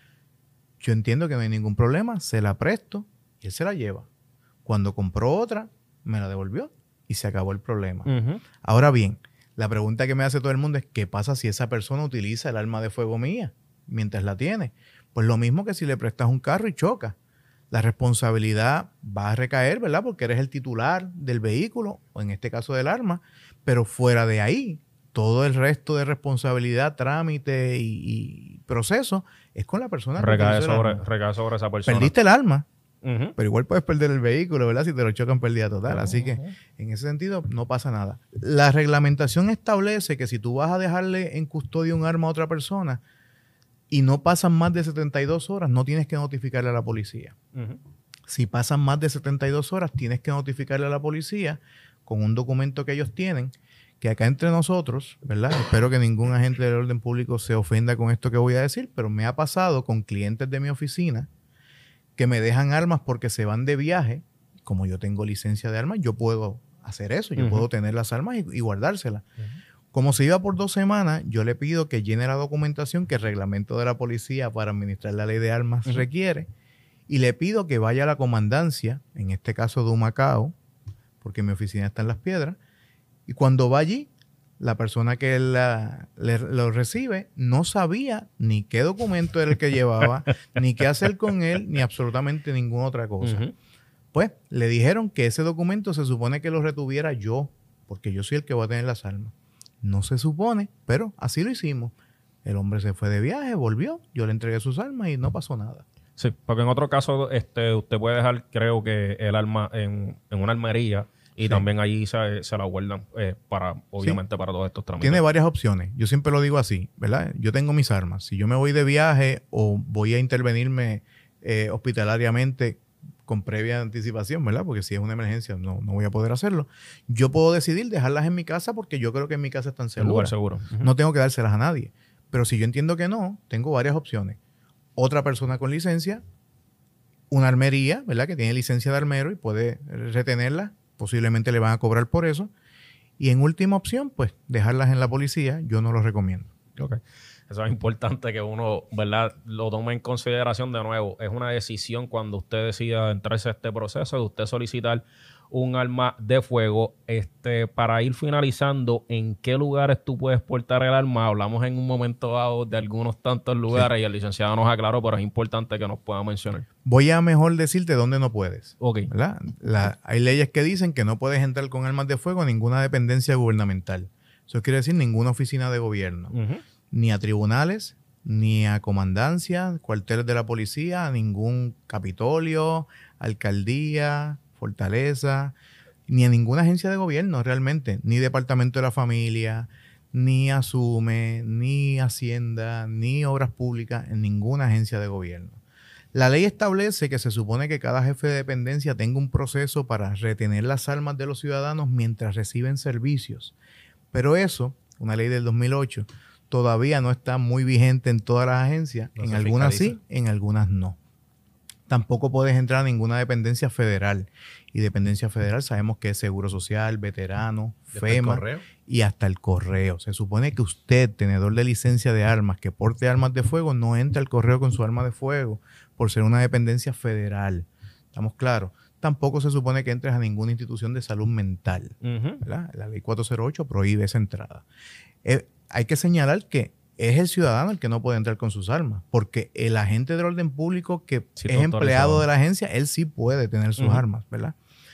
Speaker 5: Yo entiendo que no hay ningún problema, se la presto y él se la lleva. Cuando compró otra, me la devolvió y se acabó el problema. Uh-huh. Ahora bien, la pregunta que me hace todo el mundo es, ¿qué pasa si esa persona utiliza el arma de fuego mía mientras la tiene? Pues lo mismo que si le prestas un carro y choca. La responsabilidad va a recaer, ¿verdad? Porque eres el titular del vehículo, o en este caso del arma, pero fuera de ahí, todo el resto de responsabilidad, trámite y, y proceso es con la persona que
Speaker 2: recae sobre, recae sobre esa persona.
Speaker 5: Perdiste el arma, uh-huh. pero igual puedes perder el vehículo, ¿verdad? Si te lo chocan, pérdida total. Uh-huh. Así que en ese sentido no pasa nada. La reglamentación establece que si tú vas a dejarle en custodia un arma a otra persona y no pasan más de setenta y dos horas, no tienes que notificarle a la policía. Uh-huh. Si pasan más de setenta y dos horas, tienes que notificarle a la policía con un documento que ellos tienen, que acá entre nosotros, ¿verdad? Espero que ningún agente del orden público se ofenda con esto que voy a decir, pero me ha pasado con clientes de mi oficina que me dejan armas porque se van de viaje. Como yo tengo licencia de armas, yo puedo hacer eso. Yo uh-huh. puedo tener las armas y, y guardárselas. Uh-huh. Como se iba por dos semanas, yo le pido que llene la documentación que el reglamento de la policía para administrar la ley de armas uh-huh. requiere, y le pido que vaya a la comandancia, en este caso de Humacao, porque mi oficina está en Las Piedras, y cuando va allí, la persona que la, le, lo recibe no sabía ni qué documento era el que llevaba, ni qué hacer con él, ni absolutamente ninguna otra cosa. Uh-huh. Pues le dijeron que ese documento se supone que lo retuviera yo, porque yo soy el que va a tener las armas. No se supone, pero así lo hicimos. El hombre se fue de viaje, volvió, yo le entregué sus armas y no pasó nada.
Speaker 2: Sí, porque en otro caso este, usted puede dejar, creo que el arma en, en una armería, y sí. también ahí se, se la guardan eh, para, obviamente, sí. para todos estos trámites.
Speaker 5: Tiene varias opciones. Yo siempre lo digo así, ¿verdad? Yo tengo mis armas. Si yo me voy de viaje o voy a intervenirme eh, hospitalariamente con previa anticipación, ¿verdad? Porque si es una emergencia no, no voy a poder hacerlo. Yo puedo decidir dejarlas en mi casa porque yo creo que en mi casa están seguras.
Speaker 2: El lugar seguro. Uh-huh.
Speaker 5: No tengo que dárselas a nadie. Pero si yo entiendo que no, tengo varias opciones. Otra persona con licencia, una armería, ¿verdad? Que tiene licencia de armero y puede retenerla. Posiblemente le van a cobrar por eso. Y en última opción, pues dejarlas en la policía, yo no lo recomiendo.
Speaker 2: Okay. Eso es importante que uno, ¿verdad?, lo tome en consideración de nuevo. Es una decisión cuando usted decida entrarse a este proceso de usted solicitar un arma de fuego. Este, para ir finalizando, ¿en qué lugares tú puedes portar el arma? Hablamos en un momento dado de algunos tantos lugares sí. y el licenciado nos aclaró, pero es importante que nos pueda mencionar.
Speaker 5: Voy a mejor decirte dónde no puedes.
Speaker 2: Ok.
Speaker 5: ¿Verdad? La, hay leyes que dicen que no puedes entrar con armas de fuego a ninguna dependencia gubernamental. Eso quiere decir ninguna oficina de gobierno. Uh-huh. Ni a tribunales, ni a comandancias, cuarteles de la policía, a ningún capitolio, alcaldía, fortaleza, ni a ninguna agencia de gobierno realmente, ni Departamento de la Familia, ni Asume, ni Hacienda, ni Obras Públicas, en ninguna agencia de gobierno. La ley establece que se supone que cada jefe de dependencia tenga un proceso para retener las armas de los ciudadanos mientras reciben servicios. Pero eso, una ley del dos mil ocho, todavía no está muy vigente en todas las agencias. No en algunas sí, en algunas no. Tampoco puedes entrar a ninguna dependencia federal. Y dependencia federal sabemos que es Seguro Social, Veterano, FEMA y hasta el correo. Se supone que usted, tenedor de licencia de armas, que porte armas de fuego, no entra al correo con su arma de fuego por ser una dependencia federal. ¿Estamos claros? Tampoco se supone que entres a ninguna institución de salud mental. Uh-huh. ¿Verdad? La ley cuatrocientos ocho prohíbe esa entrada. Eh, hay que señalar que es el ciudadano el que no puede entrar con sus armas, porque el agente del orden público que sí, es empleado de la agencia, él sí puede tener sus uh-huh. armas, ¿verdad?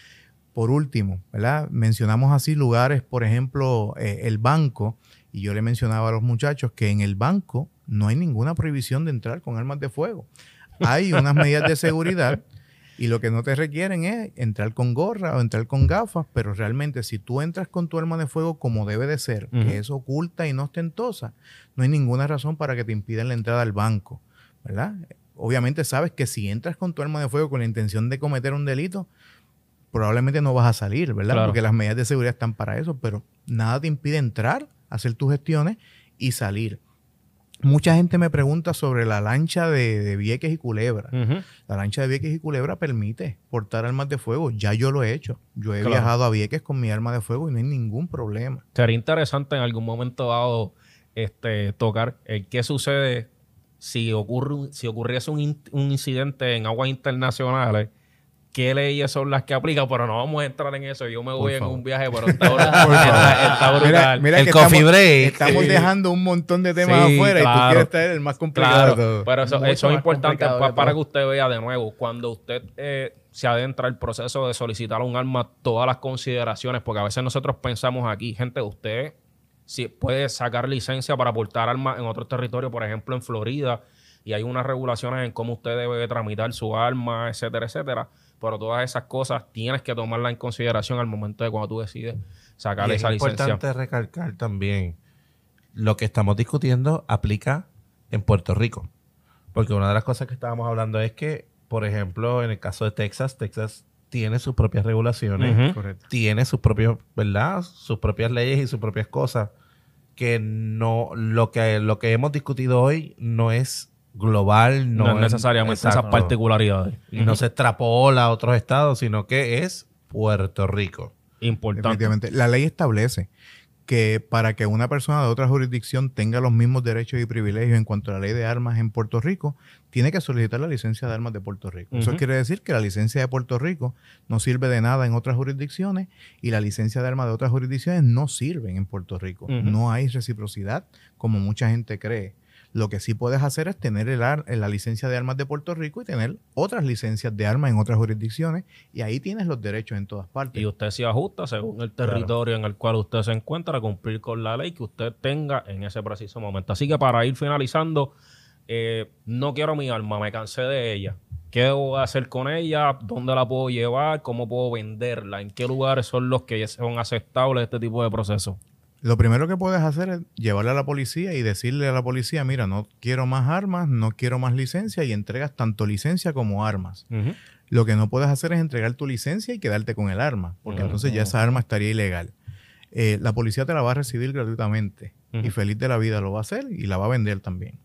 Speaker 5: Por último, ¿verdad? Mencionamos así lugares, por ejemplo, eh, el banco, y yo le mencionaba a los muchachos que en el banco no hay ninguna prohibición de entrar con armas de fuego. Hay unas medidas de seguridad y lo que no te requieren es entrar con gorra o entrar con gafas, pero realmente si tú entras con tu arma de fuego como debe de ser, uh-huh. que es oculta y no ostentosa, no hay ninguna razón para que te impidan la entrada al banco, ¿verdad? Obviamente sabes que si entras con tu arma de fuego con la intención de cometer un delito, probablemente no vas a salir, ¿verdad? Claro. Porque las medidas de seguridad están para eso, pero nada te impide entrar, hacer tus gestiones y salir. Mucha gente me pregunta sobre la lancha de, de Vieques y Culebra. Uh-huh. La lancha de Vieques y Culebra permite portar armas de fuego. Ya yo lo he hecho. Yo he claro. viajado a Vieques con mi arma de fuego y no hay ningún problema.
Speaker 2: Sería interesante en algún momento dado este, tocar el qué sucede si, ocurre, si ocurriese un, in, un incidente en aguas internacionales. ¿Qué leyes son las que aplican? Pero no vamos a entrar en eso. Yo me voy en un viaje, pero está brutal. está, está brutal.
Speaker 5: Mira, mira
Speaker 1: el
Speaker 5: que
Speaker 1: coffee
Speaker 5: estamos,
Speaker 1: break.
Speaker 5: Estamos dejando un montón de temas sí, afuera claro. y tú quieres traer el más complicado
Speaker 2: claro,
Speaker 5: de todo.
Speaker 2: Pero eso, eso es importante pa, para que usted vea de nuevo. Cuando usted eh, se adentra el proceso de solicitar un arma, todas las consideraciones, porque a veces nosotros pensamos aquí, gente, usted si puede sacar licencia para portar armas en otro territorio, por ejemplo en Florida, y hay unas regulaciones en cómo usted debe tramitar su arma, etcétera, etcétera. Pero todas esas cosas tienes que tomarlas en consideración al momento de cuando tú decides sacar esa licencia.
Speaker 1: Es importante recalcar también, lo que estamos discutiendo aplica en Puerto Rico. Porque una de las cosas que estábamos hablando es que, por ejemplo, en el caso de Texas, Texas tiene sus propias regulaciones, uh-huh. tiene sus propios, ¿verdad? Sus propias leyes y sus propias cosas. Que no, lo que, lo que hemos discutido hoy no es global, no,
Speaker 2: no es necesariamente exacto, esas particularidades.
Speaker 1: Y no, no se extrapola a otros estados, sino que es Puerto Rico.
Speaker 2: Importante.
Speaker 5: La ley establece que para que una persona de otra jurisdicción tenga los mismos derechos y privilegios en cuanto a la ley de armas en Puerto Rico, tiene que solicitar la licencia de armas de Puerto Rico. Uh-huh. Eso quiere decir que la licencia de Puerto Rico no sirve de nada en otras jurisdicciones y la licencia de armas de otras jurisdicciones no sirven en Puerto Rico. Uh-huh. No hay reciprocidad como mucha gente cree. Lo que sí puedes hacer es tener el ar- la licencia de armas de Puerto Rico y tener otras licencias de armas en otras jurisdicciones y ahí tienes los derechos en todas partes.
Speaker 2: Y usted se ajusta según el territorio claro. en el cual usted se encuentra a cumplir con la ley que usted tenga en ese preciso momento. Así que para ir finalizando, eh, no quiero mi arma, me cansé de ella. ¿Qué debo hacer con ella? ¿Dónde la puedo llevar? ¿Cómo puedo venderla? ¿En qué lugares son los que son aceptables este tipo de procesos?
Speaker 5: Lo primero que puedes hacer es llevarle a la policía y decirle a la policía, mira, no quiero más armas, no quiero más licencia y entregas tanto licencia como armas. Uh-huh. Lo que no puedes hacer es entregar tu licencia y quedarte con el arma, porque uh-huh. entonces ya esa arma estaría ilegal. Eh, la policía te la va a recibir gratuitamente uh-huh. y feliz de la vida lo va a hacer y la va a vender también.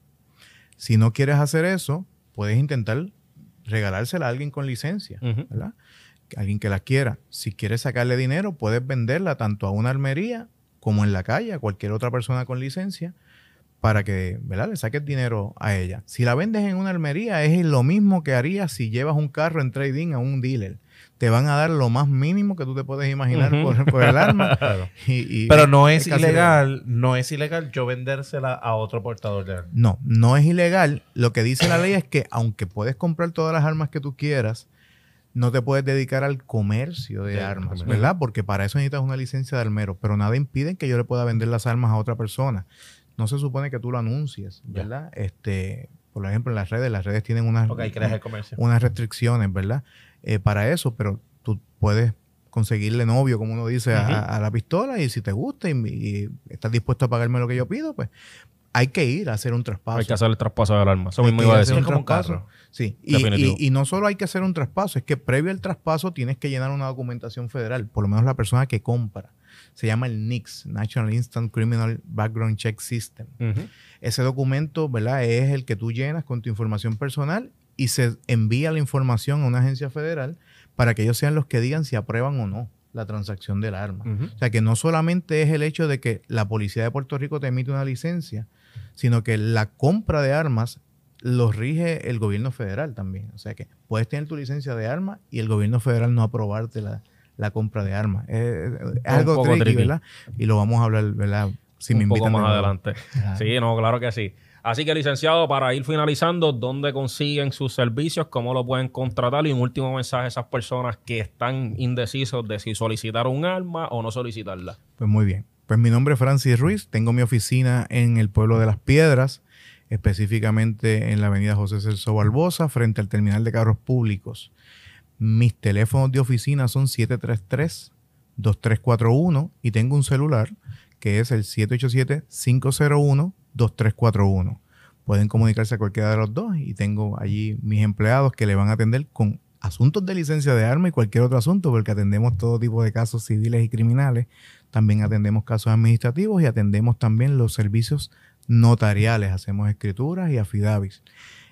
Speaker 5: Si no quieres hacer eso, puedes intentar regalársela a alguien con licencia, uh-huh. ¿verdad? alguien que las quiera. Si quieres sacarle dinero, puedes venderla tanto a una armería como en la calle, a cualquier otra persona con licencia, para que, ¿verdad?, le saques dinero a ella. Si la vendes en una armería, es lo mismo que harías si llevas un carro en trading a un dealer. Te van a dar lo más mínimo que tú te puedes imaginar uh-huh. por, por el arma. y, y
Speaker 3: Pero no es,
Speaker 5: es
Speaker 3: ilegal, no es ilegal yo vendérsela a otro portador de armas.
Speaker 5: No, no es ilegal. Lo que dice la ley es que aunque puedes comprar todas las armas que tú quieras, no te puedes dedicar al comercio de, de armas, ¿verdad? Porque para eso necesitas una licencia de armero. Pero nada impide que yo le pueda vender las armas a otra persona. No se supone que tú lo anuncies, ¿verdad? Yeah. Este, por ejemplo, en las redes, las redes tienen unas,
Speaker 3: okay,
Speaker 5: un,
Speaker 3: el comercio.
Speaker 5: unas restricciones, ¿verdad? Eh, para eso, pero tú puedes conseguirle novio, como uno dice, uh-huh. a, a la pistola, y si te gusta y, y estás dispuesto a pagarme lo que yo pido, pues hay que ir a hacer un traspaso.
Speaker 2: Hay que hacer el traspaso del arma. Eso mismo iba a decir.
Speaker 5: Un como traspaso. Un carro. Sí. Y, y, y no solo hay que hacer un traspaso, es que previo al traspaso tienes que llenar una documentación federal, por lo menos la persona que compra. Se llama el N I C S, National Instant Criminal Background Check System. Uh-huh. Ese documento, ¿verdad?, es el que tú llenas con tu información personal y se envía la información a una agencia federal para que ellos sean los que digan si aprueban o no la transacción del arma. Uh-huh. O sea, que no solamente es el hecho de que la policía de Puerto Rico te emite una licencia, sino que la compra de armas los rige el gobierno federal también. O sea, que puedes tener tu licencia de armas y el gobierno federal no aprobarte la la compra de armas. Es, es, es algo tricky, tricky, ¿verdad? Y lo vamos a hablar, ¿verdad? Si
Speaker 2: un
Speaker 5: me
Speaker 2: poco más
Speaker 5: de
Speaker 2: adelante. Claro. Sí, no, claro que sí. Así que, licenciado, para ir finalizando, ¿dónde consiguen sus servicios? ¿Cómo lo pueden contratar? Y un último mensaje a esas personas que están indecisos de si solicitar un arma o no solicitarla.
Speaker 5: Pues muy bien. Pues mi nombre es Francis Ruiz. Tengo mi oficina en el pueblo de Las Piedras, específicamente en la avenida José Celso Barbosa, frente al terminal de carros públicos. Mis teléfonos de oficina son siete tres tres, dos tres cuatro uno y tengo un celular que es el siete ocho siete, cinco cero uno, dos tres cuatro uno. Pueden comunicarse a cualquiera de los dos y tengo allí mis empleados que le van a atender con asuntos de licencia de arma y cualquier otro asunto, porque atendemos todo tipo de casos civiles y criminales. También atendemos casos administrativos y atendemos también los servicios notariales. Hacemos escrituras y affidavits.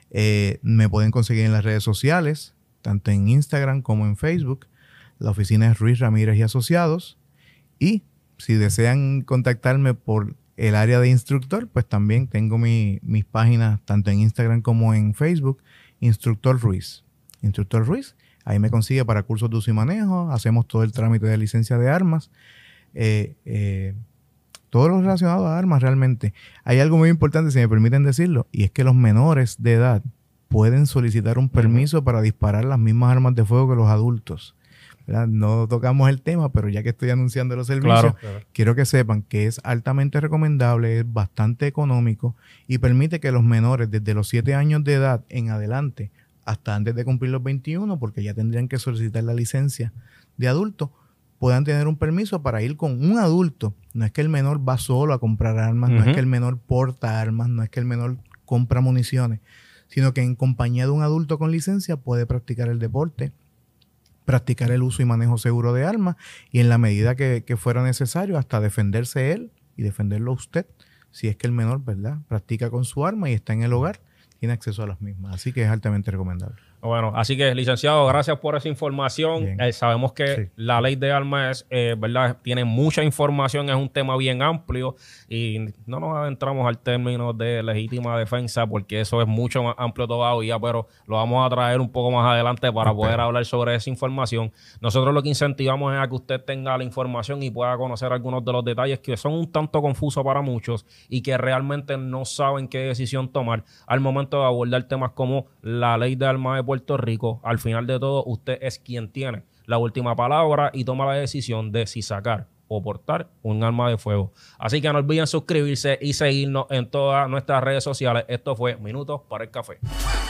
Speaker 5: Eh, me pueden conseguir en las redes sociales, tanto en Instagram como en Facebook. La oficina es Ruiz Ramírez y Asociados. Y si desean contactarme por el área de instructor, pues también tengo mi, mis páginas tanto en Instagram como en Facebook, Instructor Ruiz. Instructor Ruiz, ahí me consigue para cursos de uso y manejo. Hacemos todo el trámite de licencia de armas. Eh, eh, todo lo relacionado a armas realmente. Hay algo muy importante, si me permiten decirlo, y es que los menores de edad pueden solicitar un permiso para disparar las mismas armas de fuego que los adultos. ¿Verdad? No tocamos el tema, pero ya que estoy anunciando los servicios, claro, claro. quiero que sepan que es altamente recomendable, es bastante económico y permite que los menores desde los siete años de edad en adelante, hasta antes de cumplir los veintiuno, porque ya tendrían que solicitar la licencia de adulto, puedan tener un permiso para ir con un adulto. No es que el menor va solo a comprar armas, uh-huh. no es que el menor porta armas, no es que el menor compra municiones, sino que en compañía de un adulto con licencia puede practicar el deporte, practicar el uso y manejo seguro de armas y en la medida que, que fuera necesario hasta defenderse él y defenderlo usted, si es que el menor, ¿verdad?, practica con su arma y está en el hogar, tiene acceso a las mismas. Así que es altamente recomendable.
Speaker 2: Bueno, así que, licenciado, gracias por esa información. Eh, sabemos que sí. la ley de armas, eh, ¿verdad?, tiene mucha información, es un tema bien amplio y no nos adentramos al término de legítima defensa porque eso es mucho más amplio todavía, pero lo vamos a traer un poco más adelante para okay. poder hablar sobre esa información. Nosotros lo que incentivamos es a que usted tenga la información y pueda conocer algunos de los detalles que son un tanto confusos para muchos y que realmente no saben qué decisión tomar al momento de abordar temas como la ley de armas de Puerto Rico. Al final de todo, usted es quien tiene la última palabra y toma la decisión de si sacar o portar un arma de fuego. Así que no olviden suscribirse y seguirnos en todas nuestras redes sociales. Esto fue Minutos para el Café.